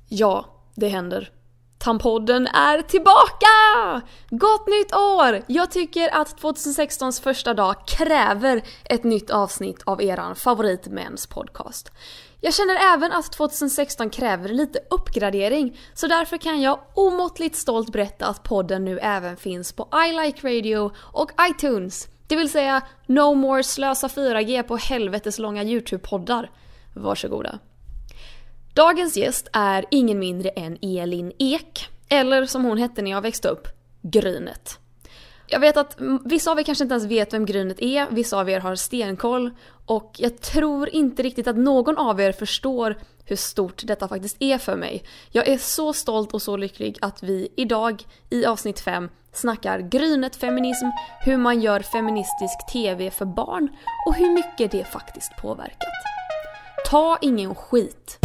Ja, det händer. Tampodden är tillbaka! Gott nytt år! Jag tycker att 2016s första dag kräver ett nytt avsnitt av eran favoritmäns podcast. Jag känner även att 2016 kräver lite uppgradering, så därför kan jag omåttligt stolt berätta att podden nu även finns på I Like Radio och iTunes. Det vill säga, no more slösa 4G på helveteslånga YouTube-poddar. Varsågoda. Dagens gäst är ingen mindre än Elin Ek, eller som hon hette när jag växte upp, Grynet. Jag vet att vissa av er kanske inte ens vet vem Grynet är, vissa av er har stenkoll, och jag tror inte riktigt att någon av er förstår hur stort detta faktiskt är för mig. Jag är så stolt och så lycklig att vi idag i avsnitt 5 snackar Grynet feminism, hur man gör feministisk tv för barn och hur mycket det faktiskt påverkat. Ta ingen skit.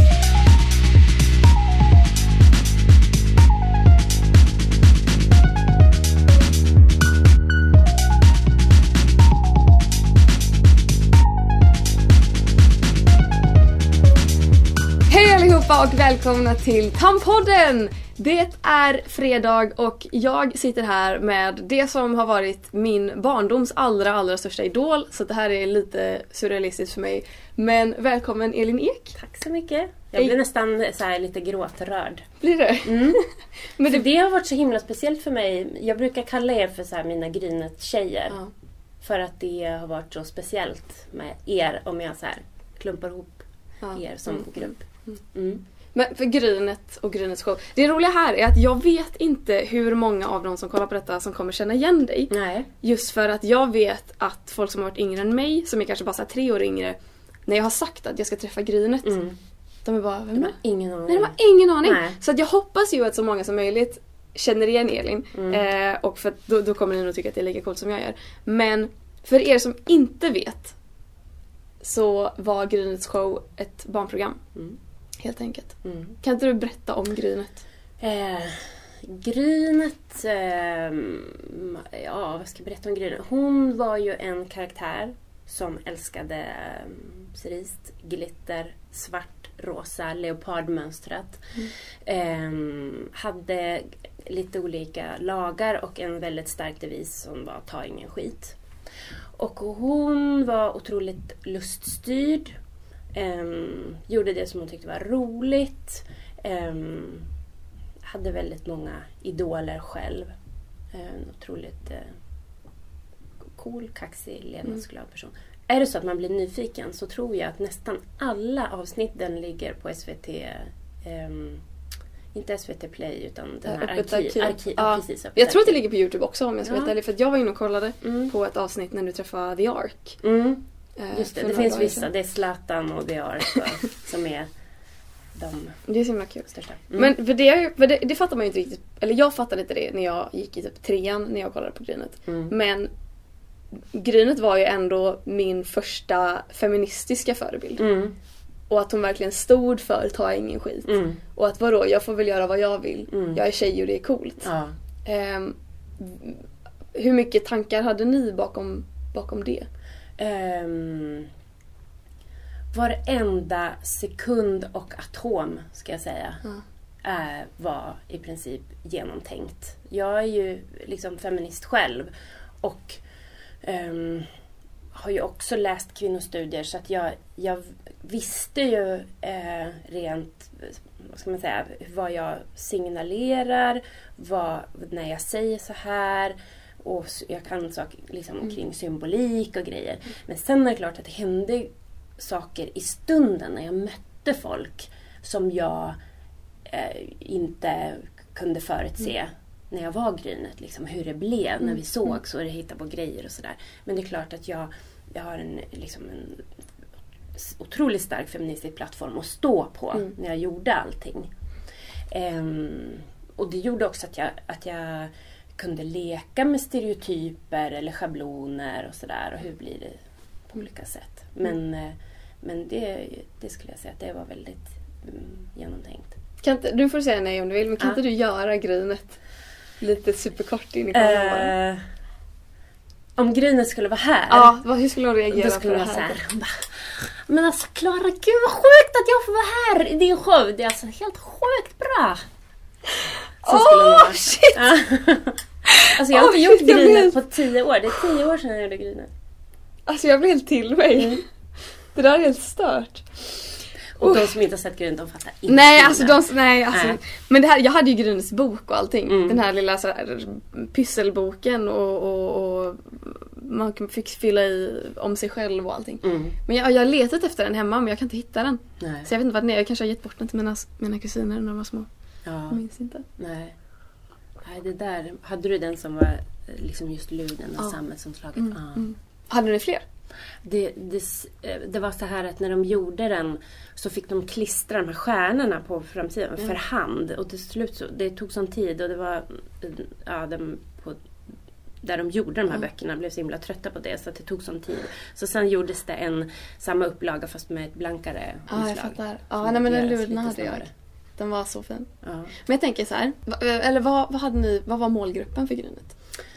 Hej allihopa och välkomna till Tampodden! Det är fredag och jag sitter här med det som har varit min barndoms allra största idol. Så det här är lite surrealistiskt för mig. Men välkommen Elin Ek. Tack så mycket. Jag blir nästan så här lite gråtrörd. Blir det? Mm. Men det har varit så himla speciellt för mig. Jag brukar kalla er för så här mina Grynet-tjejer. Ja. För att det har varit så speciellt med er, om jag så här klumpar ihop er som grupp. Mm. Men för Grynet och Grynets show, det roliga här är att jag vet inte hur många av dem som kollar på detta som kommer känna igen dig. Nej. Just för att jag vet att folk som har varit yngre än mig, som är kanske bara så här 3 år yngre, när jag har sagt att jag ska träffa Grynet, de är bara, vem är det? Ingen aning. Nej, de har ingen aning. Nej. Så att jag hoppas ju att så många som möjligt känner igen Elin. Och för då kommer ni nog tycka att det är lika coolt som jag gör. Men för er som inte vet, så var Grynets show ett barnprogram. Helt enkelt. Kan inte du berätta om Grynet? Grynet, vad ska jag berätta om Grynet? Hon var ju en karaktär som älskade cerise, glitter, svart, rosa, leopardmönstrat. Hade lite olika lagar och en väldigt stark devis som var ta ingen skit. Och hon var otroligt luststyrd. Gjorde det som hon tyckte var roligt. Hade väldigt många idoler själv. Otroligt cool, kaxig, levnadsglad person. Är det så att man blir nyfiken så tror jag att nästan alla avsnitten ligger på SVT. Inte SVT Play utan den här arkiv. Ja, precis, jag tror att det ligger på YouTube också om jag ska veta ärlig. För att jag var inne och kollade på ett avsnitt när du träffade The Ark. Just det finns vissa. Det är Zlatan och The Ark som är de. Det är så himla kul. Största. Men för det fattar man ju inte riktigt. Eller jag fattade inte det när jag gick i typ 3:an när jag kollade på Grynet. Men Grynet var ju ändå min första feministiska förebild. Och att hon verkligen stod för ta ingen skit. Och att vadå, jag får väl göra vad jag vill. Jag är tjej och det är coolt. Hur mycket tankar hade ni bakom det? Varenda sekund och atom ska jag säga var i princip genomtänkt. Jag är ju liksom feminist själv och har ju också läst kvinnostudier så att jag visste ju rent, vad ska man säga, vad jag signalerar, när jag säger så här. Och jag kan saker liksom kring symbolik och grejer. Men sen är det klart att det hände saker i stunden när jag mötte folk som jag inte kunde förutse när jag var Grynet. Liksom, hur det blev när vi sågs och hittade på grejer och sådär. Men det är klart att jag har en otroligt stark feministisk plattform att stå på när jag gjorde allting. Och det gjorde också att jag kunde leka med stereotyper eller schabloner och sådär. Och hur blir det på olika sätt. Men det skulle jag säga att det var väldigt genomtängt. Du får säga nej om du vill, men kan inte du göra Grynet lite superkort in i kameran? Om Grynet skulle vara här. Ja, hur skulle hon reagera? Då skulle hon vara så här. Men alltså Klara, gud vad sjukt att jag får vara här i din show. Det är alltså helt sjukt bra. Shit! Alltså jag har inte gjort Grynet på 10 år. Det är 10 år sedan jag gjorde Grynet. Alltså jag blir helt till mig. Det där är helt stört. Och de som inte har sett Grynet, de fattar inte. Nej. Men det här, jag hade ju Grynets bok och allting. Den här lilla så här, pysselboken och man fick fylla i om sig själv och allting. Men jag har letat efter den hemma, men jag kan inte hitta den. Nej. Så jag vet inte vad den är. Jag kanske har gett bort den till mina kusiner när de var små. Ja. Jag minns inte. Nej, det där. Hade du den som var liksom just luden och sammetsomslaget? Hade du fler? Det var så här att när de gjorde den så fick de klistra de här stjärnorna på framsidan för hand. Och till slut så, det tog sån tid och det var där de gjorde de här böckerna blev så himla trötta på det så att det tog sån tid. Så sen gjordes det samma upplaga fast med ett blankare omslag. Jag fattar. Ja, men den luden hade jag. Den var så fin. Ja. Men jag tänker så här, eller vad var målgruppen för Grynet?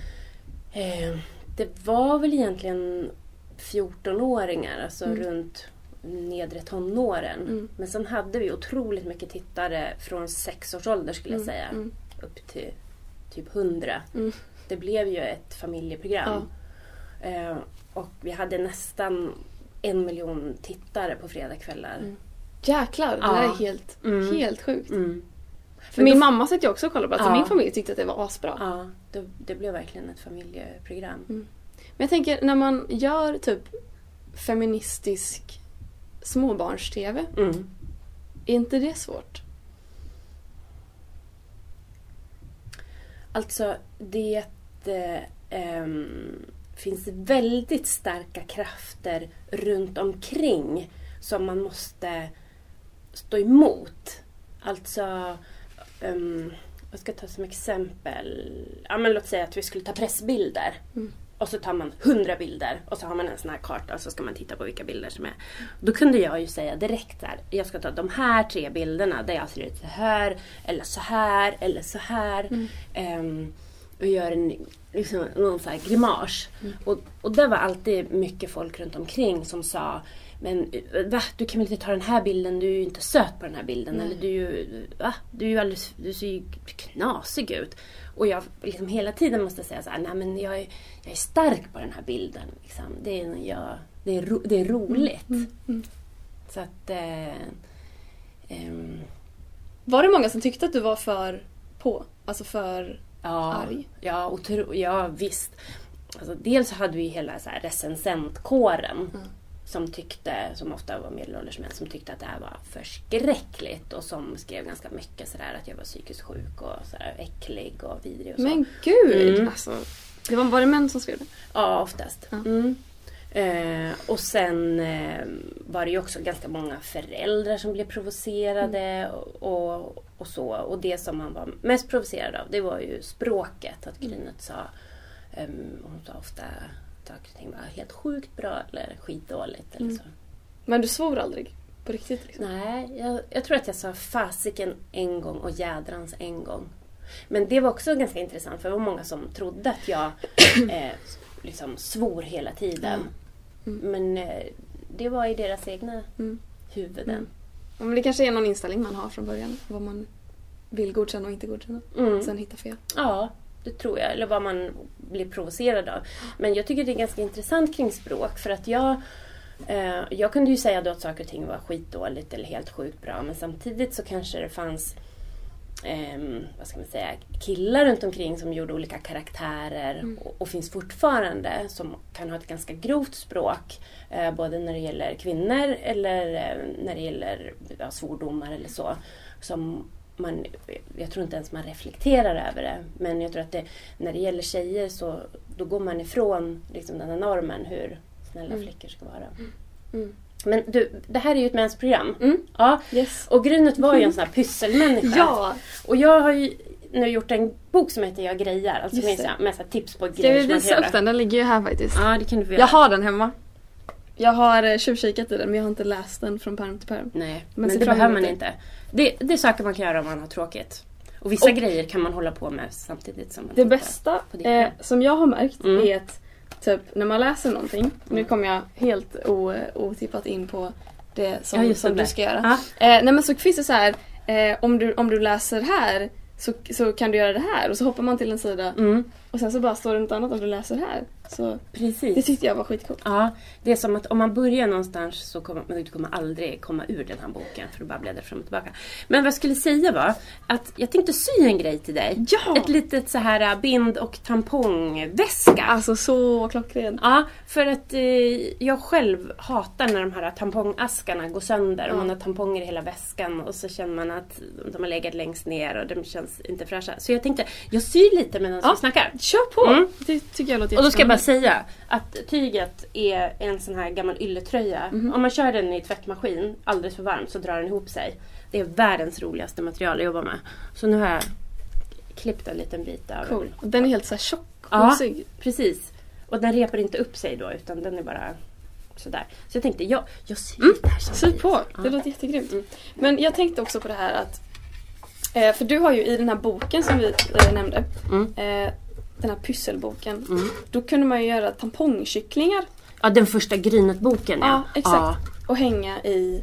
Det var väl egentligen 14-åringar, alltså runt nedre tonåren. Men sen hade vi otroligt mycket tittare från 6 års ålder skulle jag säga. Upp till typ 100. Det blev ju ett familjeprogram. Och vi hade nästan 1 miljon tittare på fredagskvällar. Jäklar, det där är helt sjukt. För min mamma satt ju också och kollade på det. Alltså min familj tyckte att det var asbra. Ja, det blev verkligen ett familjeprogram. Men jag tänker, när man gör typ feministisk småbarns-tv, är inte det svårt? Alltså, det finns väldigt starka krafter runt omkring som man måste stå emot. Alltså, jag ska ta som exempel. Ja, men låt säga att vi skulle ta pressbilder. Och så tar man 100 bilder och så har man en sån här karta och så ska man titta på vilka bilder som är. Då kunde jag ju säga direkt så här, jag ska ta de här 3 bilderna där jag ser ut så här eller så här eller så här. Och gör någon så här grimas. Och det var alltid mycket folk runt omkring som sa, men va? Du kan väl inte ta den här bilden, du är ju inte söt på den här bilden. Eller du ser ju knasig ut. Och jag liksom hela tiden måste säga så här, nej men jag är stark på den här bilden. Liksom. Det är roligt. Så att... Var det många som tyckte att du var för på? Alltså för arg? Ja, visst. Alltså, dels hade vi hela så här recensentkåren som ofta var medelålders män, som tyckte att det här var förskräckligt och som skrev ganska mycket sådär att jag var psykiskt sjuk och sådär äcklig och vidrig och så. Men gud! Alltså, var det män som skrev det? Ja, oftast. Och sen var det ju också ganska många föräldrar som blev provocerade och så. Och det som man var mest provocerad av, det var ju språket. Att Grynet sa, hon sa ofta saker och ting var helt sjukt bra eller skitdåligt eller så. Men du svor aldrig på riktigt? Liksom. Nej, jag tror att jag sa fasiken en gång och jädrans en gång. Men det var också ganska intressant för det var många som trodde att jag liksom svor hela tiden. Men det var i deras egna huvuden. Men det kanske är någon inställning man har från början. Vad man vill godkänna och inte godkänna. Sen hitta fel. Ja, det tror jag. Eller vad man blir provocerad av. Men jag tycker det är ganska intressant kring språk. För att jag kunde ju säga då att saker och ting var skitdåligt eller helt sjukt bra. Men samtidigt så kanske det fanns vad ska man säga, killar runt omkring som gjorde olika karaktärer och finns fortfarande som kan ha ett ganska grovt språk både när det gäller kvinnor eller när det gäller svordomar eller så som jag tror inte ens man reflekterar över det, men jag tror att när det gäller tjejer så då går man ifrån liksom den här normen hur snälla flickor ska vara. Men du, det här är ju ett mänsprogram. Ja. Yes. Och Grynet var ju en sån här pysselmänniska. Ja. Och jag har ju nu gjort en bok som heter Jag grejar. Alltså med så tips på grejer som man visa upp den? Den ligger ju här faktiskt. Ja, det kan du få göra. Jag har den hemma. Jag har tjuvkikat i den, men jag har inte läst den från pärm till pärm. Nej, men det behöver man inte. Det är saker man kan göra om man har tråkigt. Och vissa grejer kan man hålla på med samtidigt som man det bästa som jag har märkt är att typ när man läser någonting. Nu kommer jag helt otippat in på det som du ska göra. Nej men så finns det så här, om du läser här så kan du göra det här. Och så hoppar man till en sida. Och sen så bara står det något annat om du läser här. Så precis. Det tyckte jag var skitcoolt. Ja, det är som att om man börjar någonstans så kommer man aldrig komma ur den här boken. För du bara bläddrar fram och tillbaka. Men vad jag skulle säga var att jag tänkte sy en grej till dig. Ja! Ett litet så här bind- och tampongväska. Alltså så klockren. Ja, för att jag själv hatar när de här tampongaskarna går sönder. Och man har tamponger i hela väskan. Och så känner man att de har legat längst ner och de känns inte fräscha. Så jag tänkte, jag syr lite medan vi snackar. Kör på! Det tycker jag låter. Och då ska jag bara säga att tyget är en sån här gammal ylletröja. Om man kör den i tvättmaskin alldeles för varmt så drar den ihop sig. Det är världens roligaste material att jobba med. Så nu har jag klippt en liten bit av cool. Och den är helt så här tjock och ja, precis. Och den repar inte upp sig då utan den är bara sådär. Så jag tänkte, jag syr det här samtidigt. Syr på, det låter jättegrymt. Men jag tänkte också på det här att för du har ju i den här boken som vi nämnde den här pysselboken. Då kunde man ju göra tampongkycklingar. Ja, den första Grynet-boken. Ja, exakt. Och hänga i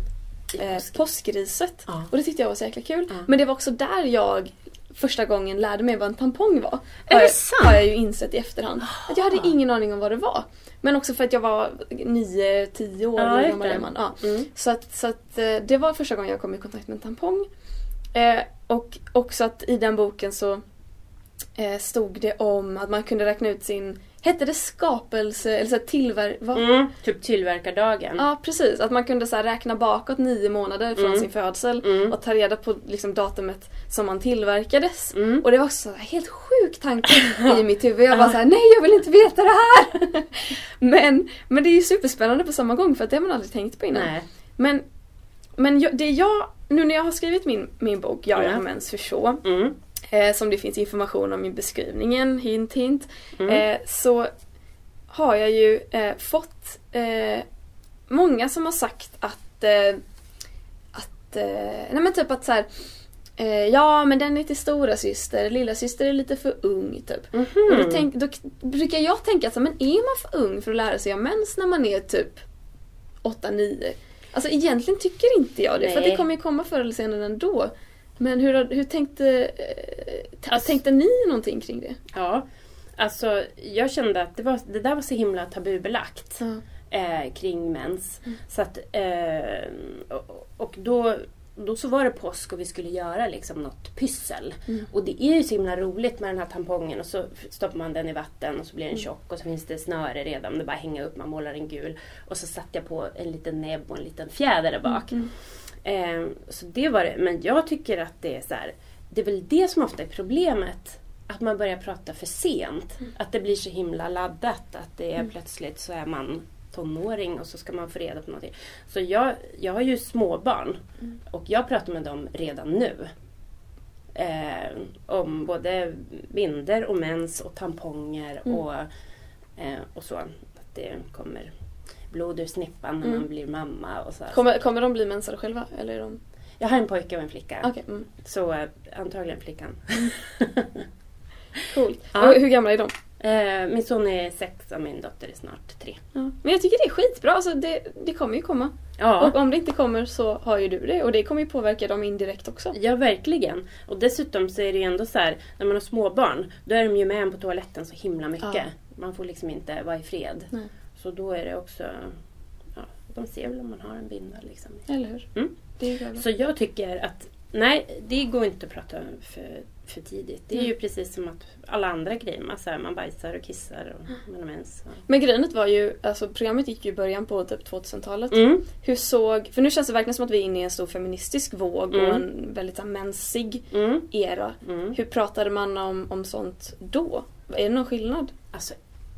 påskriset. Och det tyckte jag var så jäkla kul. Men det var också där jag första gången lärde mig vad en tampong var. Är det sant? Har jag ju insett i efterhand. Att jag hade ingen aning om vad det var. Men också för att jag var 9-10 år gammal. Så att det var första gången jag kom i kontakt med en tampong. Och också att i den boken så stod det om att man kunde räkna ut sin... Hette det skapelse? Eller så typ tillverkardagen. Ja, precis. Att man kunde så här räkna bakåt 9 månader från sin födsel. Och ta reda på liksom, datumet som man tillverkades. Och det var så här, helt sjuk tanke i mitt huvud. Jag var så här, nej jag vill inte veta det här! men det är ju superspännande på samma gång. För att det har man aldrig tänkt på innan. Nej. Men nu när jag har skrivit min bok, Jag har mens för så. Som det finns information om i beskrivningen, hint. Så har jag ju fått många som har sagt att nej men typ att så här, ja men den är till stora syster, lilla syster är lite för ung typ. Och då brukar jag tänka så, men är man för ung för att lära sig om mens när man är typ 8-9? Alltså egentligen tycker inte jag det, för det kommer ju komma förr eller senare ändå. Men hur tänkte ni någonting kring det? Ja, alltså jag kände att det där var så himla tabubelagt kring mens. Så att, och då så var det påsk och vi skulle göra liksom något pyssel. Och det är ju så himla roligt med den här tampongen. Och så stoppar man den i vatten och så blir den tjock. Och så finns det snöre redan. Det bara hänga upp, man målar en gul. Och så satte jag på en liten näbb och en liten fjäder där bak. Så det var det. Men jag tycker att det är så här, det är väl det som ofta är problemet. Att man börjar prata för sent. Att det blir så himla laddat. Att det är plötsligt så är man tonåring och så ska man få reda på någonting. Så jag har ju småbarn. Och jag pratar med dem redan nu. Om både binder och mens och tamponger och så. Att det kommer blod ur snippan när man blir mamma och så. Kommer de bli mensade själva? Eller är de... Jag har en pojke och en flicka. Okay. Så antagligen flickan. Coolt. Ja. Hur gamla är de? Min son är 6 och min dotter är snart 3. Ja. Men jag tycker det är skitbra. Alltså det kommer ju komma. Ja. Och om det inte kommer så har ju du det. Och det kommer ju påverka dem indirekt också. Ja, verkligen. Och dessutom så är det ju ändå så här, när man har småbarn, då är de ju med en på toaletten så himla mycket. Ja. Man får liksom inte vara i fred. Nej. Så då är det också... Ja, de ser väl om man har en binda liksom. Eller hur? Det är så jag tycker att... Nej, det går inte att prata för tidigt. Det är ju precis som att alla andra grejer. Man bajsar och kissar och man har mens. Men Grynet var ju... Alltså programmet gick ju i början på typ 2000-talet. Hur såg... För nu känns det verkligen som att vi är inne i en stor feministisk våg och en väldigt så här, mensig era. Hur pratade man om sånt då? Är det någon skillnad? Alltså...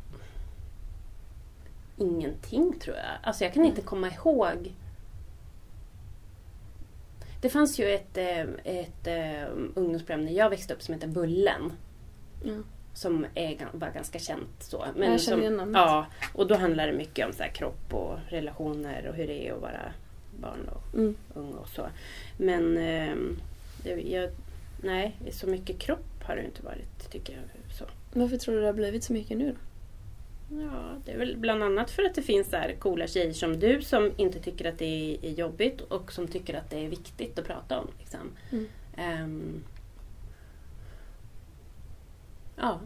Ingenting tror jag. Alltså jag kan inte komma ihåg. Det fanns ju ett ungdomsprogram när jag växte upp som heter Bullen. Som var ganska känt så. Men jag känner igen namnet. Ja, och då handlar det mycket om så här, kropp och relationer och hur det är att vara barn och ung och så. Men nej, så mycket kropp har det inte varit tycker jag. Så. Varför tror du det har blivit så mycket nu då? Ja, det är väl bland annat för att det finns så här coola tjejer som du som inte tycker att det är jobbigt och som tycker att det är viktigt att prata om. Liksom. Ja.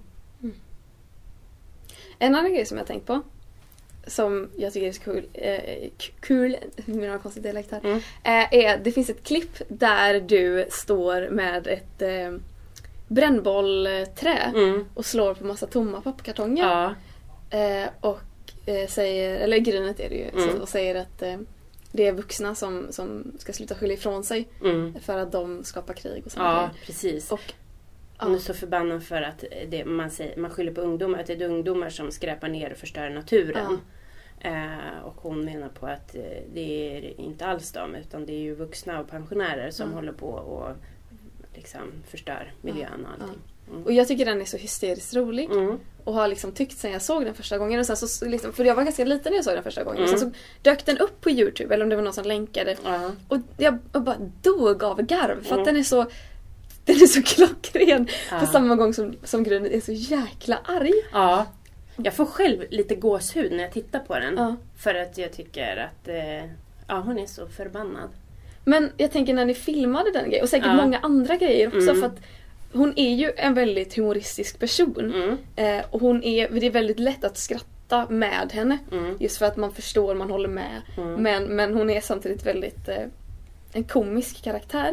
En annan grej som jag har tänkt på, som jag tycker är så kul med några konstiga dialekt här, är det finns ett klipp där du står med ett brännbollträ och slår på massa tomma pappkartonger. Ja. Och säger, eller grynet är det ju, och säger att det är vuxna som ska sluta skylla ifrån sig för att de skapar krig och sånt. Ja, precis. Och hon är så förbannad för att man skyller på ungdomar, att det är ungdomar som skräpar ner och förstör naturen. Och hon menar på att det är inte alls dem, utan det är ju vuxna och pensionärer som håller på och liksom förstör miljön och allting. Och jag tycker den är så hysteriskt rolig. Och har liksom tyckt sen jag såg den första gången. Och sen så liksom, för jag var ganska liten när jag såg den första gången. Och sen så dök den upp på YouTube. Eller om det var någon som länkade. Och jag bara dog av garv. För att den är så klockren. På samma gång som grynet är så jäkla arg. Ja. Jag får själv lite gåshud när jag tittar på den. För att jag tycker att hon är så förbannad. Men jag tänker när ni filmade den grejen. Och säkert många andra grejer också. För att hon är ju en väldigt humoristisk person. Och det är väldigt lätt att skratta med henne. Just för att man förstår, man håller med. Men hon är samtidigt väldigt en komisk karaktär.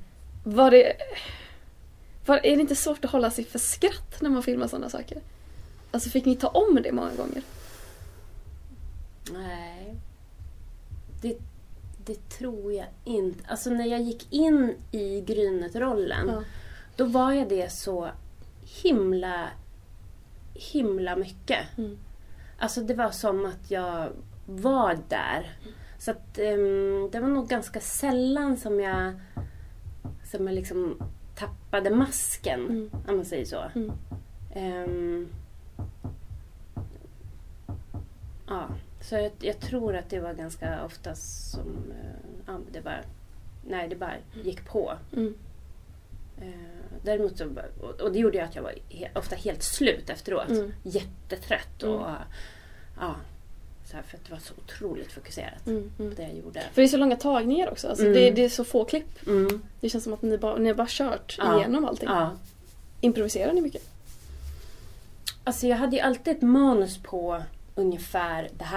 Är det inte svårt att hålla sig för skratt när man filmar sådana saker? Alltså fick ni ta om det många gånger? Nej. Det tror jag inte. Alltså när jag gick in i Grynet-rollen då var jag det så himla mycket. Alltså det var som att jag var där. Så att det var nog ganska sällan som jag liksom tappade masken, om man säger så. Så jag tror att det var ganska ofta som det bara gick på. Däremot och det gjorde att jag var ofta helt slut efteråt. Jättetrött och så här, för att det var så otroligt fokuserat på det jag gjorde. För det är så långa tagningar också. Alltså det är så få klipp. Det känns som att ni bara kört igenom allting. Improviserar ni mycket? Alltså jag hade ju alltid ett manus på ungefär det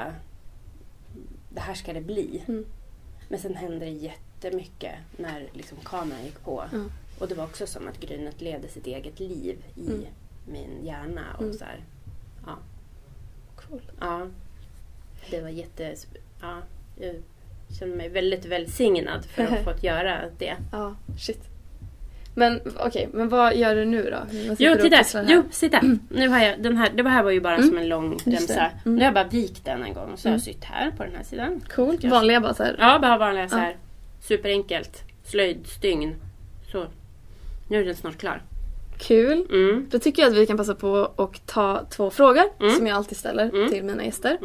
här ska det bli. Men sen hände det jättemycket när liksom kameran gick på. Och det var också som att Grynet levde sitt eget liv i min hjärna och så här. Ja. Cool. Ja. Det var jag känner mig väldigt välsignad för att få göra det. Ja, shit. Men okej, men vad gör du nu då? Sitta. Nu har jag den här, det här var ju bara som en lång remsa. Nu har jag bara vikt den en gång och så har jag sytt här på den här sidan. Coolt. Vanliga bara så här. Ja, bara vanliga så här. Superenkelt. Slöjdstygn. Så. Nu är den snart klar. Kul. Då tycker jag att vi kan passa på att ta 2 frågor som jag alltid ställer till mina gäster.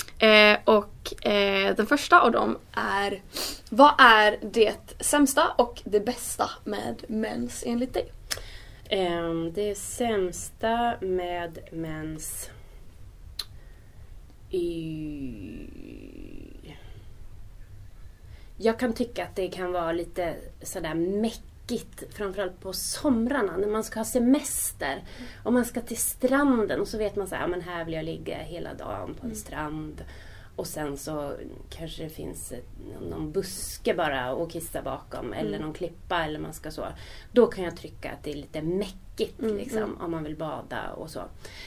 Den första av dem är: vad är det sämsta och det bästa med mens enligt dig? Det sämsta med mens jag kan tycka att det kan vara lite sådär mäckigt, framförallt på somrarna när man ska ha semester och man ska till stranden och så vet man så här, men här vill jag ligga hela dagen på en strand och sen så kanske det finns någon buske bara och kissa bakom eller någon klippa eller man ska så. Då kan jag tycka att det är lite mäckigt liksom, om man vill bada och så.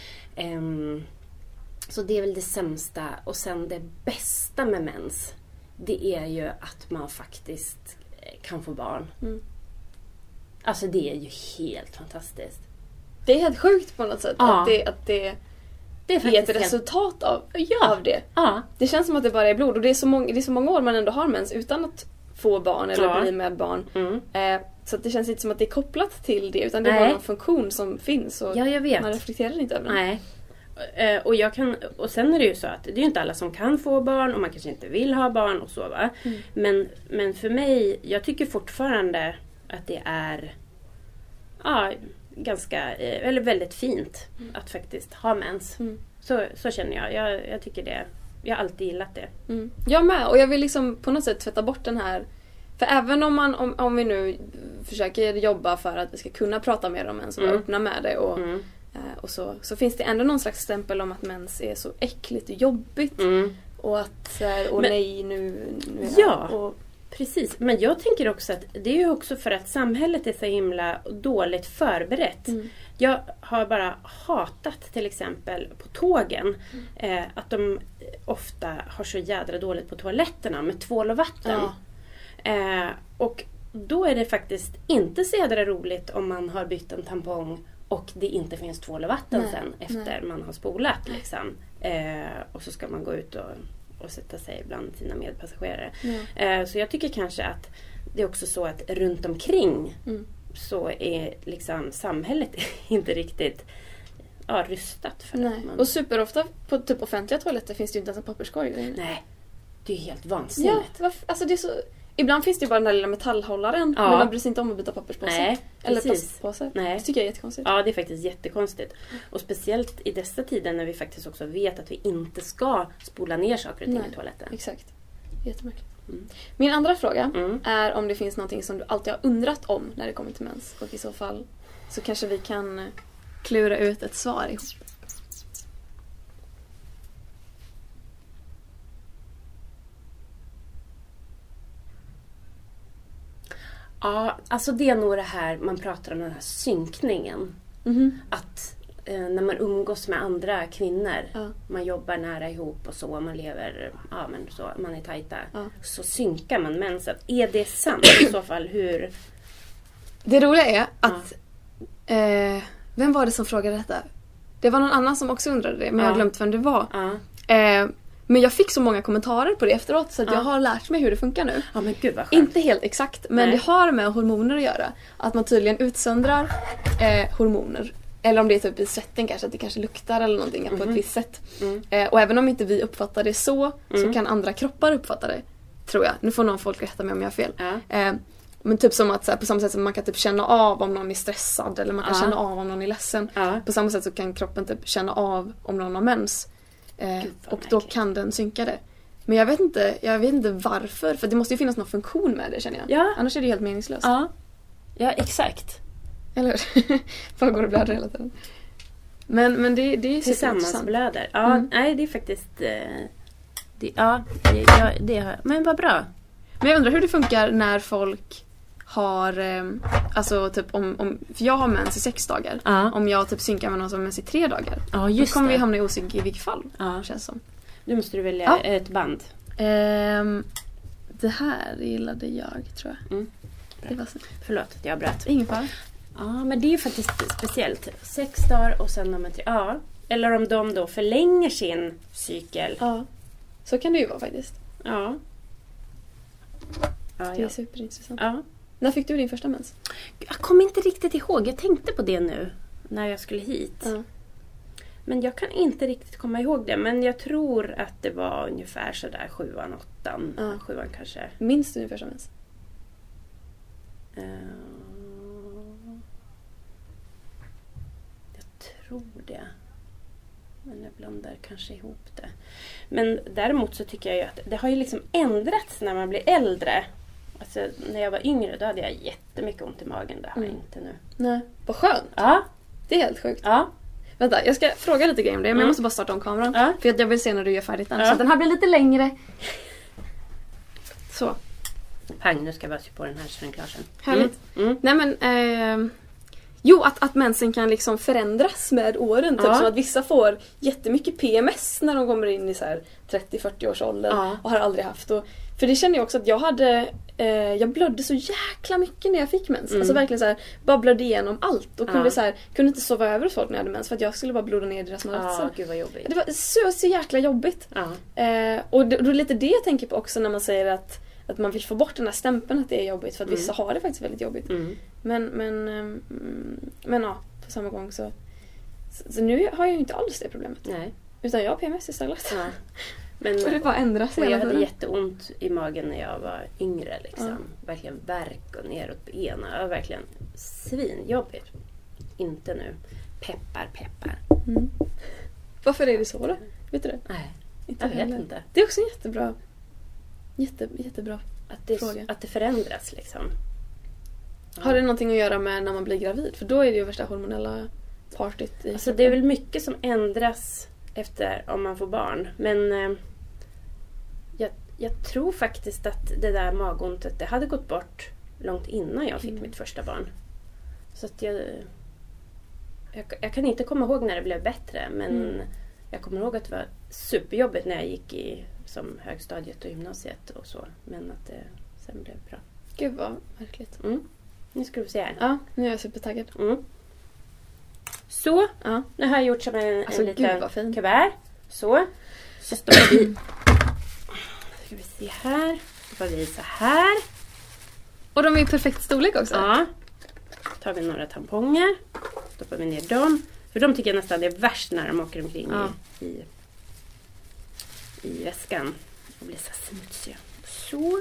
Så det är väl det sämsta. Och sen det bästa med mens, det är ju att man faktiskt kan få barn. Alltså det är ju helt fantastiskt. Det är helt sjukt på något sätt att det är ett resultat av det. Ja. Det känns som att det bara är blod. Och det är så många år man ändå har mens utan att få barn eller bli med barn. Så att det känns inte som att det är kopplat till det. Utan det är bara en funktion som finns. Och jag vet. Man reflekterar inte över den. Nej. Och sen är det ju så att det är ju inte alla som kan få barn och man kanske inte vill ha barn och så va. Men för mig, jag tycker fortfarande att det är ganska eller väldigt fint att faktiskt ha mens. Så känner jag. Jag tycker det. Jag har alltid gillat det. Jag med. Och jag vill liksom på något sätt tvätta bort den här. För även om vi nu försöker jobba för att vi ska kunna prata mer om mens och vara öppna med det och så finns det ändå någon slags stämpel om att mens är så äckligt och jobbigt. Och att nej nu ja. Och, precis, men jag tänker också att det är ju också för att samhället är så himla dåligt förberett. Jag har bara hatat till exempel på tågen att de ofta har så jädra dåligt på toaletterna med tvål och vatten. Och då är det faktiskt inte så jädra roligt om man har bytt en tampong och det inte finns tvål och vatten sen efter man har spolat liksom. Och så ska man gå ut och sätta sig bland sina medpassagerare. Så jag tycker kanske att det är också så att runt omkring så är liksom samhället inte riktigt rustat för det. Och superofta på typ offentliga toaletter finns det ju inte ens en papperskorg. Nej, det är helt vansinnigt. Ja, alltså det är så... Ibland finns det ju bara den där lilla metallhållaren. Men man bryr sig inte om att byta papperspåse. Nej, eller plastpåse. Nej. Det tycker jag är jättekonstigt. Ja, det är faktiskt jättekonstigt. Och speciellt i dessa tider när vi faktiskt också vet att vi inte ska spola ner saker och ting i toaletten. Exakt. Jättemärkligt. Min andra fråga är om det finns någonting som du alltid har undrat om när det kommer till mens. Och i så fall så kanske vi kan klura ut ett svar ihop. Ja, alltså det är nog det här man pratar om, den här synkningen. Att när man umgås med andra kvinnor, man jobbar nära ihop och så, man lever, men så, man är tajta, så synkar man mensen. Är det sant i så fall? Hur? Det roliga är att vem var det som frågade detta? Det var någon annan som också undrade det, men jag har glömt vem det var. Men jag fick så många kommentarer på det efteråt så att jag har lärt mig hur det funkar nu. Ja, men gud vad skönt. Inte helt exakt, men det har med hormoner att göra. Att man tydligen utsöndrar hormoner. Eller om det är typ i svetten kanske, att det kanske luktar eller någonting på ett visst sätt. Och även om inte vi uppfattar det så kan andra kroppar uppfatta det, tror jag. Nu får någon folk rätta mig om jag har fel. Men typ som att så här, på samma sätt som man kan typ känna av om någon är stressad eller man kan känna av om någon är ledsen. På samma sätt så kan kroppen typ känna av om någon har mens. Och då kan den synka det. Men jag vet inte varför. För det måste ju finnas någon funktion med det, känner jag. Ja. Annars är det helt meningslöst. Ja, exakt. Eller bara går och blöder hela tiden. Men det är tillsammans blöder. Nej, det är faktiskt men vad bra. Men jag undrar hur det funkar när folk har alltså typ om för jag har mens i 6 dagar. Om jag typ synkar med någon som har mens i 3 dagar. Då kommer vi hamna i osynk i vilket fall. Känns som. Nu måste du välja ett band. Det här gillade jag, tror jag. Det var så. Förlåt att jag bröt. Ingen fara. Ja, men det är ju faktiskt speciellt. 6 dagar och sen nummer 3. Eller om de då förlänger sin cykel. Så kan det ju vara faktiskt. Det är superintressant. När fick du din första mens? Jag kommer inte riktigt ihåg. Jag tänkte på det nu när jag skulle hit. Men jag kan inte riktigt komma ihåg det. Men jag tror att det var ungefär sådär 7:an, 8:an. 7:an kanske. Minns du din första mens? Jag tror det. Men jag blandar kanske ihop det. Men däremot så tycker jag ju att det har ju liksom ändrats när man blir äldre. Alltså när jag var yngre då hade jag jättemycket ont i magen. Det har jag inte nu. Nej, vad skönt. Det är helt sjukt. Vänta, jag ska fråga lite grejer om det. Men jag måste bara starta om kameran. För att jag vill se när du gör färdigt den. Så att den här blir lite längre. Så. Pang, nu ska jag bara se på den här så den är klar sen. Härligt. Nej men... Jo, att mensen kan liksom förändras med åren. Typ som att vissa får jättemycket PMS när de kommer in i så här 30-40 års ålder och har aldrig haft. För det känner jag också att jag hade... jag blödde så jäkla mycket när jag fick mens. Alltså verkligen så här, bara blödde igenom allt. Och kunde inte sova över hos folk när jag hade mens. För att jag skulle bara bloda ner deras madrasser. Gud vad jobbigt. Det var så jäkla jobbigt. Och det är lite det jag tänker på också när man säger att man vill få bort den här stämpeln att det är jobbigt. För att vissa har det faktiskt väldigt jobbigt. Men ja, på samma gång så nu har jag ju inte alls det problemet. Nej. Utan jag har PMS istället. Men, och det bara ändras och jag hade jätteont i magen när jag var yngre. Liksom. Verkligen värk och neråt benen. Jag var verkligen svinjobbigt. Inte nu. Peppar. Varför är det så då? Vet du det? Nej, Inte jag vet heller. inte. Det är också en jättebra fråga. Att det förändras liksom. Ja. Har det någonting att göra med när man blir gravid? För då är det ju värsta hormonella partyt i Alltså det är väl mycket som ändras efter om man får barn. Men jag tror faktiskt att det där magontet, det hade gått bort långt innan jag fick mitt första barn. Så att jag kan inte komma ihåg när det blev bättre. Men jag kommer ihåg att det var superjobbigt när jag gick i som högstadiet och gymnasiet och så. Men att det sen blev bra. Gud vad märkligt. Nu ska du se här. Ja, nu är jag supertaggad. Så, Ja. nu har jag gjort som en Alltså, liten gud vad fin. kuvert. Så stoppar vi. Ska vi se här. Stoppar vi så här. Och de är i perfekt storlek också. Ja. Tar vi några tamponger. Stoppar vi ner dem. För de tycker jag nästan det är värst när de åker omkring i väskan. Och blir så smutsiga. Så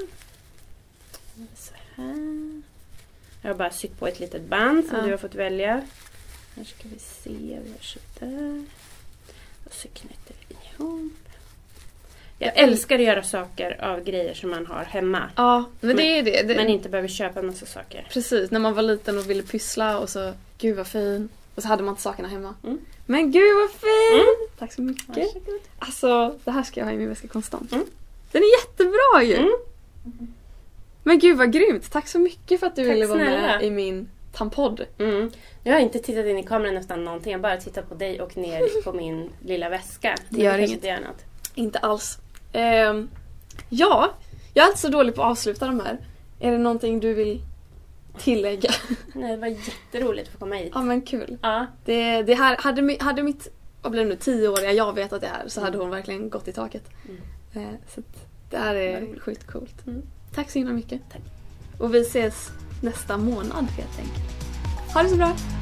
här. Jag har bara sytt på ett litet band som du har fått välja. Här ska vi se. Vi har så där. Och så knyter vi ihop. Jag älskar att göra saker av grejer som man har hemma. Ja, men det är det. Men inte behöver köpa en massa saker. Precis, när man var liten och ville pyssla och så, gud vad fin. Och så hade man inte sakerna hemma. Men gud vad fin! Tack så mycket. Varsågod. Alltså, det här ska jag ha i min väska konstant. Den är jättebra ju! Men gud vad grymt! Tack så mycket för att du ville vara med i min tampodd. Jag har inte tittat in i kameran nästan någonting. Jag bara tittat på dig och ner på min lilla väska. Det gör inget. Inte gör något. Inte alls. Ja, jag är inte så dålig på att avsluta de här. Är det någonting du vill tillägga? Nej, det var jätteroligt att få komma hit. Ja, men kul. Ja. Det här, hade mitt, vad blev det nu, 10-åriga jag vet att det är, så hade hon verkligen gått i taket. Så att det här är sjukt coolt. Tack så himla mycket. Tack. Och vi ses nästa månad helt enkelt. Ha det så bra!